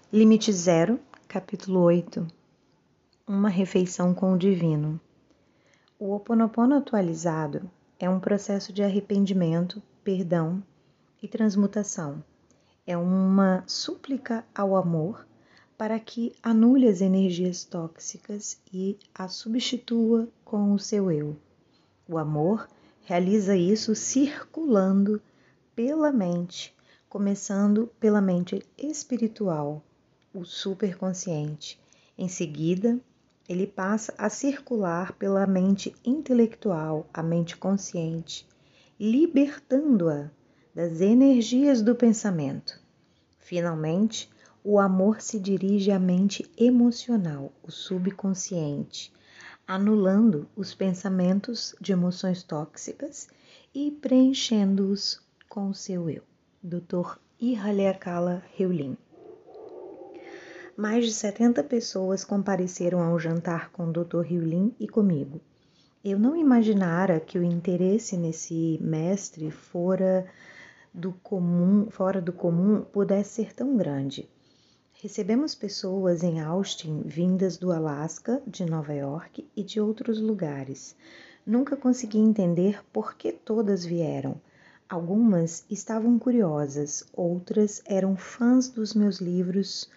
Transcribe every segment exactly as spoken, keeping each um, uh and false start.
Limite Zero, capítulo oito. Uma refeição com o divino. O Ho Oponopono atualizado é um processo de arrependimento, perdão e transmutação. É uma súplica ao amor para que anule as energias tóxicas e a substitua com o seu eu. O amor realiza isso circulando pela mente, começando pela mente espiritual, o superconsciente. Em seguida, ele passa a circular pela mente intelectual, a mente consciente, libertando-a das energias do pensamento. Finalmente, o amor se dirige à mente emocional, o subconsciente, anulando os pensamentos de emoções tóxicas e preenchendo-os com o seu eu. doutor Ihaleakala Heulin. Mais de setenta pessoas compareceram ao jantar com o doutor Heulin e comigo. Eu não imaginara que o interesse nesse mestre fora do comum, fora do comum pudesse ser tão grande. Recebemos pessoas em Austin vindas do Alasca, de Nova York e de outros lugares. Nunca consegui entender por que todas vieram. Algumas estavam curiosas, outras eram fãs dos meus livros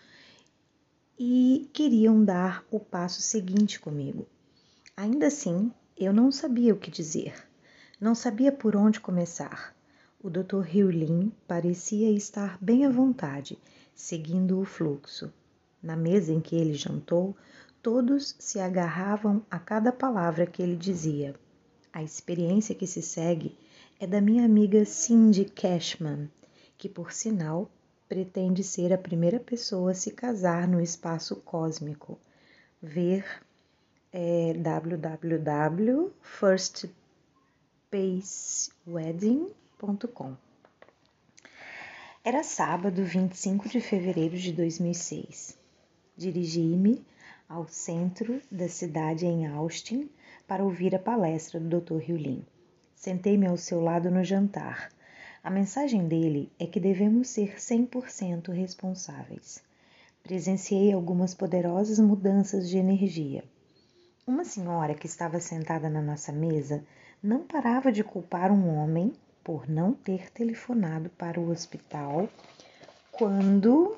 e queriam dar o passo seguinte comigo. Ainda assim, eu não sabia o que dizer. Não sabia por onde começar. O doutor Heulin parecia estar bem à vontade, seguindo o fluxo. Na mesa em que ele jantou, todos se agarravam a cada palavra que ele dizia. A experiência que se segue é da minha amiga Cindy Cashman, que, por sinal, pretende ser a primeira pessoa a se casar no espaço cósmico. Ver é, w w w ponto first space wedding ponto com. Era sábado, vinte e cinco de fevereiro de dois mil e seis. Dirigi-me ao centro da cidade em Austin para ouvir a palestra do doutor Heulin. Sentei-me ao seu lado no jantar. A mensagem dele é que devemos ser cem por cento responsáveis. Presenciei algumas poderosas mudanças de energia. Uma senhora que estava sentada na nossa mesa não parava de culpar um homem por não ter telefonado para o hospital quando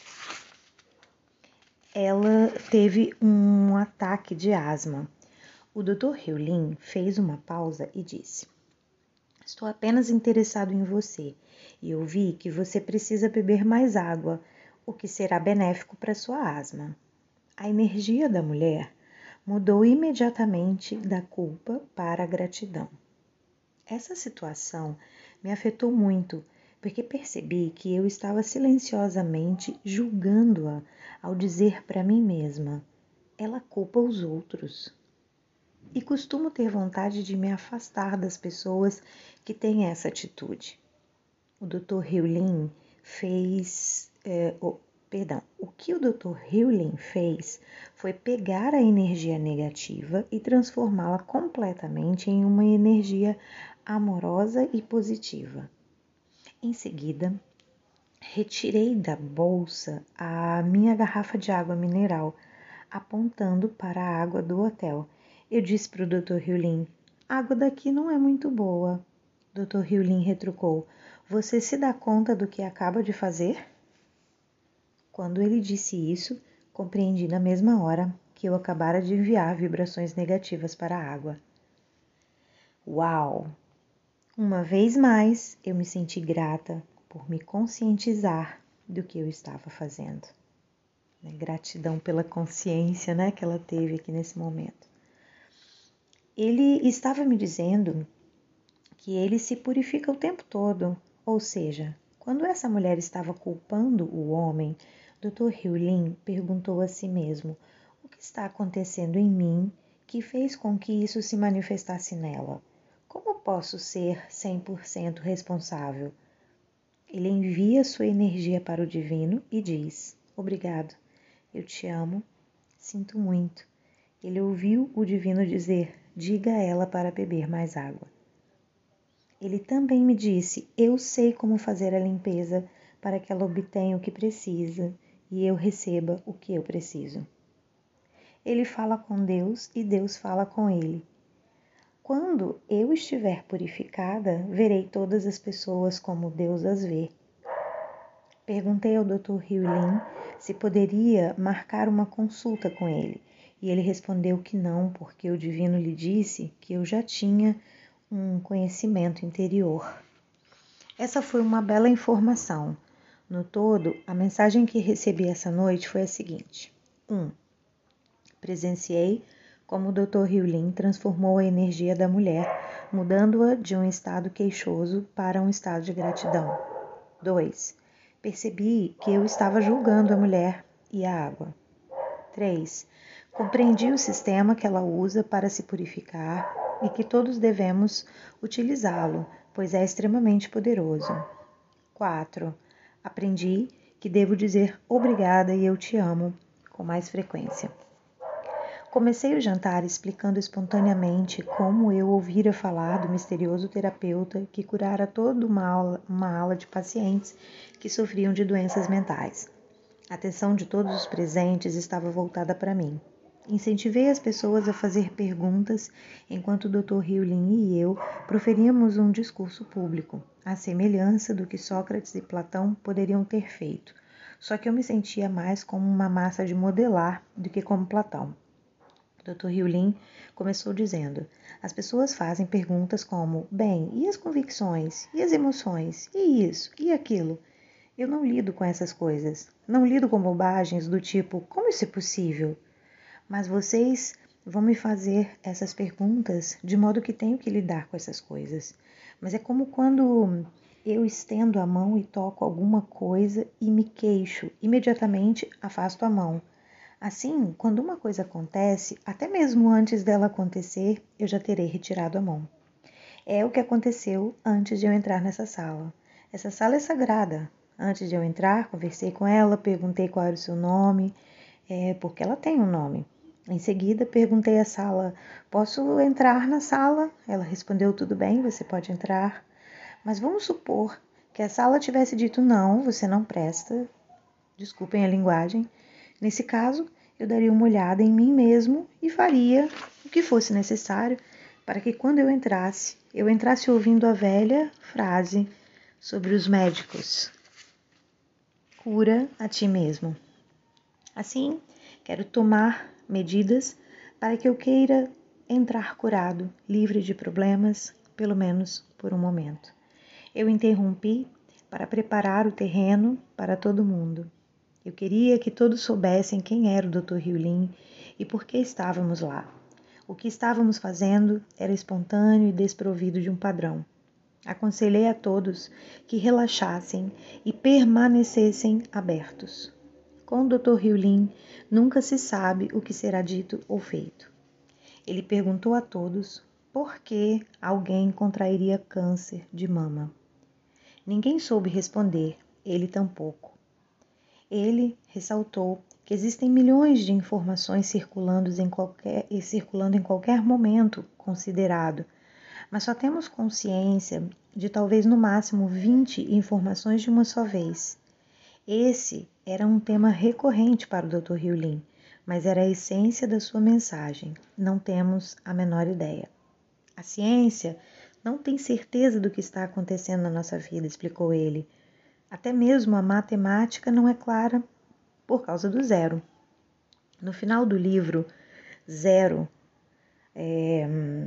ela teve um ataque de asma. O doutor Heulin fez uma pausa e disse: Estou apenas interessado em você e eu vi que você precisa beber mais água, o que será benéfico para sua asma. A energia da mulher mudou imediatamente da culpa para a gratidão. Essa situação me afetou muito, porque percebi que eu estava silenciosamente julgando-a ao dizer para mim mesma: ela culpa os outros. E costumo ter vontade de me afastar das pessoas que têm essa atitude. O doutor Heulin fez... É, oh, perdão, o que o doutor Heulin fez foi pegar a energia negativa e transformá-la completamente em uma energia amorosa e positiva. Em seguida, retirei da bolsa a minha garrafa de água mineral, apontando para a água do hotel. Eu disse para o doutor Heulin: a água daqui não é muito boa. doutor Heulin retrucou: você se dá conta do que acaba de fazer? Quando ele disse isso, compreendi na mesma hora que eu acabara de enviar vibrações negativas para a água. Uau! Uma vez mais, eu me senti grata por me conscientizar do que eu estava fazendo. Gratidão pela consciência, né, que ela teve aqui nesse momento. Ele estava me dizendo que ele se purifica o tempo todo, ou seja, quando essa mulher estava culpando o homem, doutor Heulin perguntou a si mesmo: o que está acontecendo em mim que fez com que isso se manifestasse nela? Como posso ser cem por cento responsável? Ele envia sua energia para o divino e diz: obrigado, eu te amo, sinto muito. Ele ouviu o divino dizer: diga a ela para beber mais água. Ele também me disse: eu sei como fazer a limpeza para que ela obtenha o que precisa e eu receba o que eu preciso. Ele fala com Deus e Deus fala com ele. Quando eu estiver purificada, verei todas as pessoas como Deus as vê. Perguntei ao doutor Hyolyn se poderia marcar uma consulta com ele, e ele respondeu que não, porque o divino lhe disse que eu já tinha um conhecimento interior. Essa foi uma bela informação. No todo, a mensagem que recebi essa noite foi a seguinte. um. Presenciei como o doutor Hyolyn transformou a energia da mulher, mudando-a de um estado queixoso para um estado de gratidão. dois. Percebi que eu estava julgando a mulher e a água. três. Compreendi o sistema que ela usa para se purificar e que todos devemos utilizá-lo, pois é extremamente poderoso. quatro. Aprendi que devo dizer obrigada e eu te amo com mais frequência. Comecei o jantar explicando espontaneamente como eu ouvira falar do misterioso terapeuta que curara toda uma ala, uma ala de pacientes que sofriam de doenças mentais. A atenção de todos os presentes estava voltada para mim. Incentivei as pessoas a fazer perguntas enquanto o doutor Hyolyn e eu proferíamos um discurso público, à semelhança do que Sócrates e Platão poderiam ter feito, só que eu me sentia mais como uma massa de modelar do que como Platão. doutor Hyolyn começou dizendo, as pessoas fazem perguntas como, bem, e as convicções, e as emoções, e isso, e aquilo? Eu não lido com essas coisas, não lido com bobagens do tipo, como isso é possível? Mas vocês vão me fazer essas perguntas de modo que tenho que lidar com essas coisas. Mas é como quando eu estendo a mão e toco alguma coisa e me queixo, imediatamente afasto a mão. Assim, quando uma coisa acontece, até mesmo antes dela acontecer, eu já terei retirado a mão. É o que aconteceu antes de eu entrar nessa sala. Essa sala é sagrada. Antes de eu entrar, conversei com ela, perguntei qual era o seu nome, é, porque ela tem um nome. Em seguida, perguntei à sala, posso entrar na sala? Ela respondeu, tudo bem, você pode entrar. Mas vamos supor que a sala tivesse dito, não, você não presta, desculpem a linguagem. Nesse caso, eu daria uma olhada em mim mesmo e faria o que fosse necessário para que quando eu entrasse, eu entrasse ouvindo a velha frase sobre os médicos. Cura a ti mesmo. Assim, quero tomar medidas para que eu queira entrar curado, livre de problemas, pelo menos por um momento. Eu interrompi para preparar o terreno para todo mundo. Eu queria que todos soubessem quem era o doutor Hyolyn e por que estávamos lá. O que estávamos fazendo era espontâneo e desprovido de um padrão. Aconselhei a todos que relaxassem e permanecessem abertos. Com o doutor Hyolyn, nunca se sabe o que será dito ou feito. Ele perguntou a todos por que alguém contrairia câncer de mama. Ninguém soube responder, ele tampouco. Ele ressaltou que existem milhões de informações circulando em qualquer, circulando em qualquer momento considerado, mas só temos consciência de talvez no máximo vinte informações de uma só vez. Esse era um tema recorrente para o doutor Hyolyn, mas era a essência da sua mensagem. Não temos a menor ideia. A ciência não tem certeza do que está acontecendo na nossa vida, explicou ele. Até mesmo a matemática não é clara por causa do zero. No final do livro, Zero, é...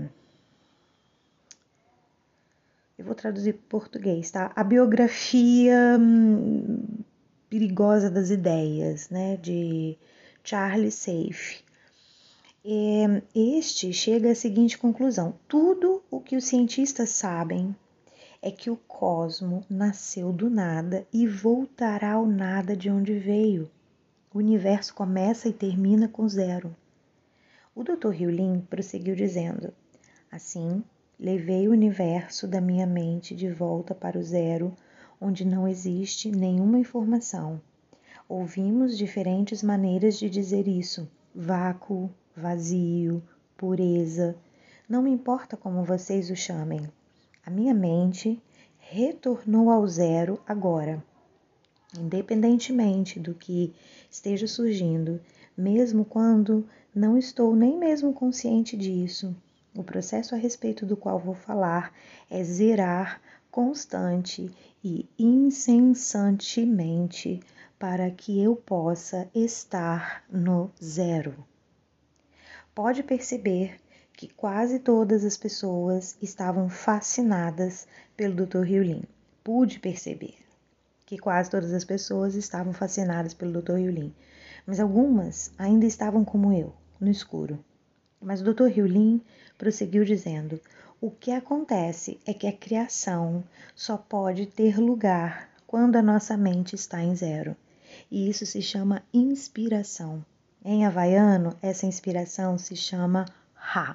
eu vou traduzir para português, tá? A biografia hum, perigosa das ideias, né? De Charles Safe. É, este chega à seguinte conclusão: tudo o que os cientistas sabem é que o cosmo nasceu do nada e voltará ao nada de onde veio. O universo começa e termina com zero. O doutor Hyolyn prosseguiu dizendo, assim, levei o universo da minha mente de volta para o zero, onde não existe nenhuma informação. Ouvimos diferentes maneiras de dizer isso, vácuo, vazio, pureza, não me importa como vocês o chamem. A minha mente retornou ao zero agora. Independentemente do que esteja surgindo, mesmo quando não estou nem mesmo consciente disso, o processo a respeito do qual vou falar é zerar constante e incessantemente para que eu possa estar no zero. Pode perceber que quase todas as pessoas estavam fascinadas pelo doutor Yulin. Pude perceber que quase todas as pessoas estavam fascinadas pelo doutor Yulin, mas algumas ainda estavam como eu, no escuro. Mas o doutor Yulin prosseguiu dizendo: o que acontece é que a criação só pode ter lugar quando a nossa mente está em zero. E isso se chama inspiração. Em havaiano, essa inspiração se chama Ha.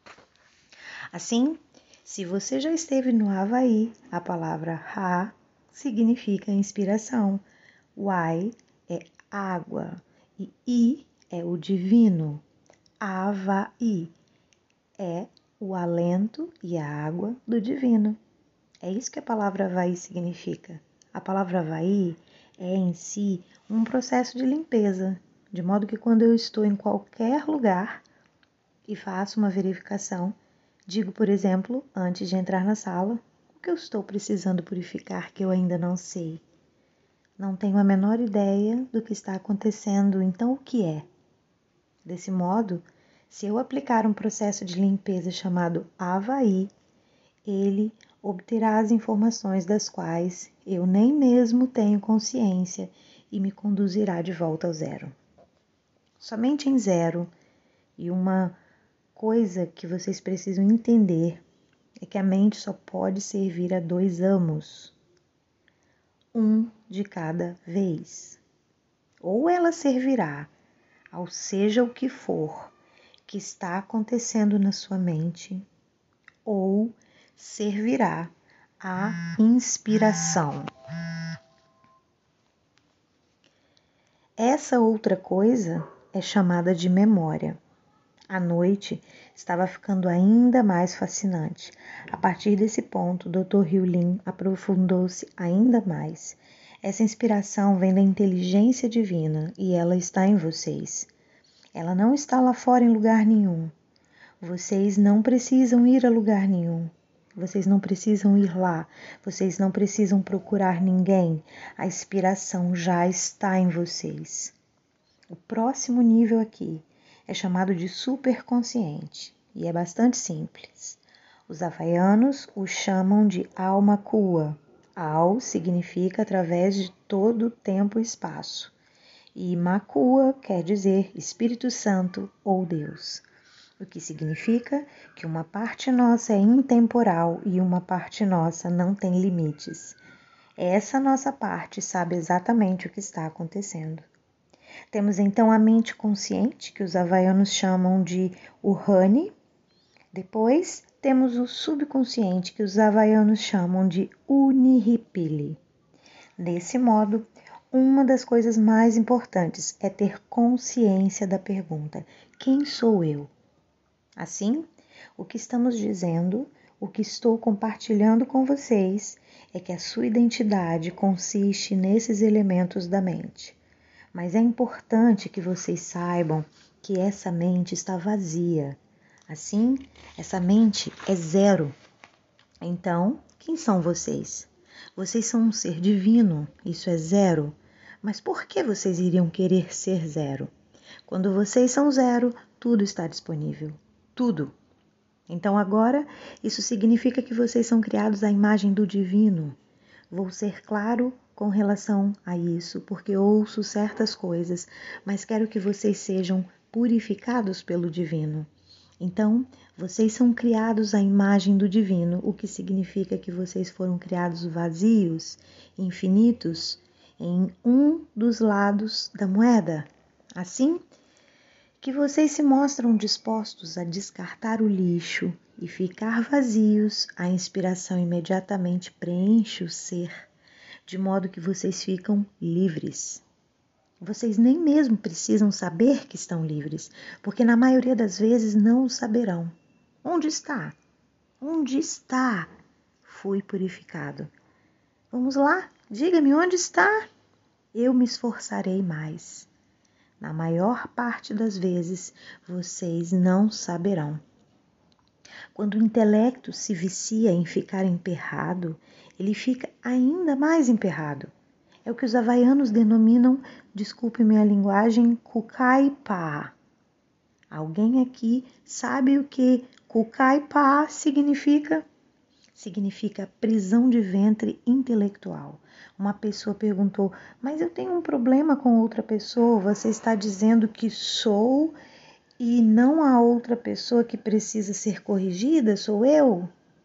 Assim, se você já esteve no Havaí, a palavra Ha significa inspiração. Wai é água e I é o divino. Havaí é o alento e a água do divino. É isso que a palavra Havaí significa. A palavra Havaí é em si um processo de limpeza, de modo que quando eu estou em qualquer lugar e faço uma verificação, digo, por exemplo, antes de entrar na sala, o que eu estou precisando purificar que eu ainda não sei. Não tenho a menor ideia do que está acontecendo, então o que é? Desse modo, se eu aplicar um processo de limpeza chamado Havaí, ele obterá as informações das quais eu nem mesmo tenho consciência e me conduzirá de volta ao zero. Somente em zero, e uma coisa que vocês precisam entender é que a mente só pode servir a dois amos, um de cada vez. Ou ela servirá ao seja o que for que está acontecendo na sua mente, ou servirá à inspiração. Essa outra coisa é chamada de memória. A noite estava ficando ainda mais fascinante. A partir desse ponto, o doutor Yulin aprofundou-se ainda mais. Essa inspiração vem da inteligência divina e ela está em vocês. Ela não está lá fora em lugar nenhum. Vocês não precisam ir a lugar nenhum. Vocês não precisam ir lá. Vocês não precisam procurar ninguém. A inspiração já está em vocês. O próximo nível aqui é chamado de superconsciente e é bastante simples. Os havaianos o chamam de alma kua. Al significa através de todo o tempo e espaço. E Makua quer dizer Espírito Santo ou Deus, o que significa que uma parte nossa é intemporal e uma parte nossa não tem limites. Essa nossa parte sabe exatamente o que está acontecendo. Temos então a mente consciente, que os havaianos chamam de Uhani. Depois temos o subconsciente, que os havaianos chamam de Unihipili. Desse modo, uma das coisas mais importantes é ter consciência da pergunta: quem sou eu? Assim, o que estamos dizendo, o que estou compartilhando com vocês, é que a sua identidade consiste nesses elementos da mente. Mas é importante que vocês saibam que essa mente está vazia. Assim, essa mente é zero. Então, quem são vocês? Vocês são um ser divino, isso é zero. Mas por que vocês iriam querer ser zero? Quando vocês são zero, tudo está disponível. Tudo. Então agora, isso significa que vocês são criados à imagem do divino. Vou ser claro com relação a isso, porque ouço certas coisas, mas quero que vocês sejam purificados pelo divino. Então, vocês são criados à imagem do divino, o que significa que vocês foram criados vazios, infinitos, em um dos lados da moeda. Assim que vocês se mostram dispostos a descartar o lixo e ficar vazios, a inspiração imediatamente preenche o ser, de modo que vocês ficam livres. Vocês nem mesmo precisam saber que estão livres, porque na maioria das vezes não o saberão. Onde está? Onde está? Fui purificado. Vamos lá, diga-me onde está? eu me esforçarei mais. Na maior parte das vezes, vocês não saberão. Quando o intelecto se vicia em ficar emperrado, ele fica ainda mais emperrado. É o que os havaianos denominam, desculpe-me a linguagem, cucai-pá. Alguém aqui sabe o que cucai-pá significa? Significa prisão de ventre intelectual. Uma pessoa perguntou, mas eu tenho um problema com outra pessoa, você está dizendo que sou e não a outra pessoa que precisa ser corrigida, sou eu?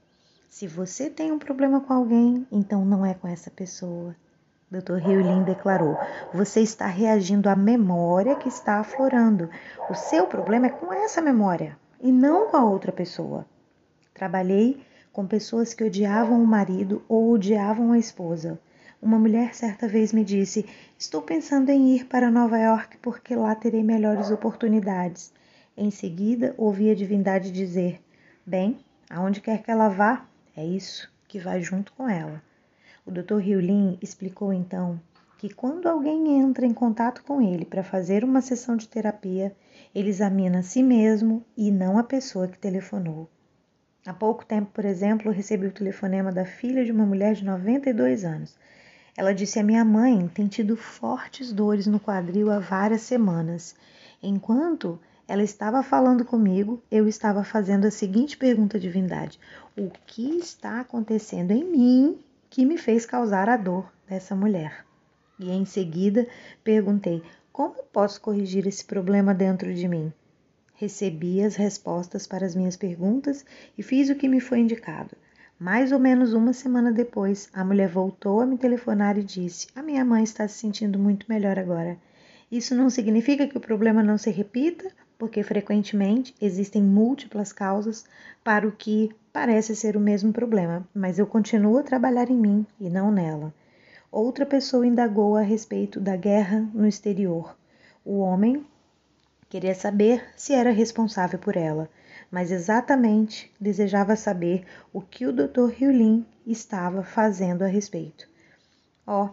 Se você tem um problema com alguém, então não é com essa pessoa. doutor Riulin declarou, você está reagindo à memória que está aflorando. O seu problema é com essa memória e não com a outra pessoa. Trabalhei com pessoas que odiavam o marido ou odiavam a esposa. Uma mulher certa vez me disse, estou pensando em ir para Nova York porque lá terei melhores oportunidades. Em seguida, ouvi a divindade dizer, bem, aonde quer que ela vá, é isso que vai junto com ela. O doutor Riulin explicou então que quando alguém entra em contato com ele para fazer uma sessão de terapia, ele examina a si mesmo e não a pessoa que telefonou. Há pouco tempo, por exemplo, recebi o telefonema da filha de uma mulher de noventa e dois anos. Ela disse, a minha mãe tem tido fortes dores no quadril há várias semanas. Enquanto ela estava falando comigo, eu estava fazendo a seguinte pergunta à divindade. O que está acontecendo em mim que me fez causar a dor dessa mulher? E em seguida perguntei, como posso corrigir esse problema dentro de mim? Recebi as respostas para as minhas perguntas e fiz o que me foi indicado. Mais ou menos uma semana depois, a mulher voltou a me telefonar e disse, a minha mãe está se sentindo muito melhor agora. Isso não significa que o problema não se repita, porque frequentemente existem múltiplas causas para o que parece ser o mesmo problema, mas eu continuo a trabalhar em mim e não nela. Outra pessoa indagou a respeito da guerra no exterior. O homem queria saber se era responsável por ela, mas exatamente desejava saber o que o doutor Riulin estava fazendo a respeito. Ó, oh,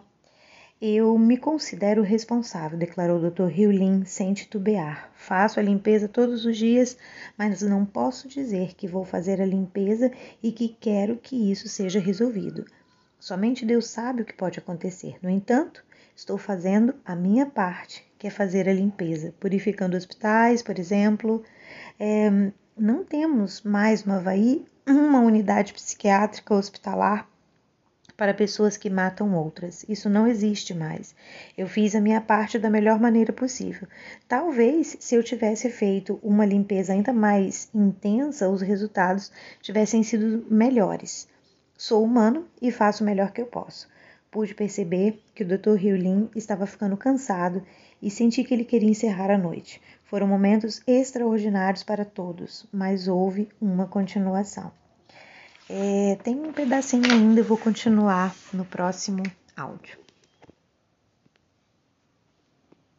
eu me considero responsável, declarou o doutor Riulin sem titubear. Faço a limpeza todos os dias, mas não posso dizer que vou fazer a limpeza e que quero que isso seja resolvido. Somente Deus sabe o que pode acontecer. No entanto, estou fazendo a minha parte, que é fazer a limpeza, purificando hospitais, por exemplo. É, não temos mais no Havaí uma unidade psiquiátrica hospitalar para pessoas que matam outras. Isso não existe mais. Eu fiz a minha parte da melhor maneira possível. Talvez, se eu tivesse feito uma limpeza ainda mais intensa, os resultados tivessem sido melhores. Sou humano e faço o melhor que eu posso. Pude perceber que o doutor Riulin estava ficando cansado e senti que ele queria encerrar a noite. Foram momentos extraordinários para todos, mas houve uma continuação. É, tem um pedacinho ainda, eu vou continuar no próximo áudio.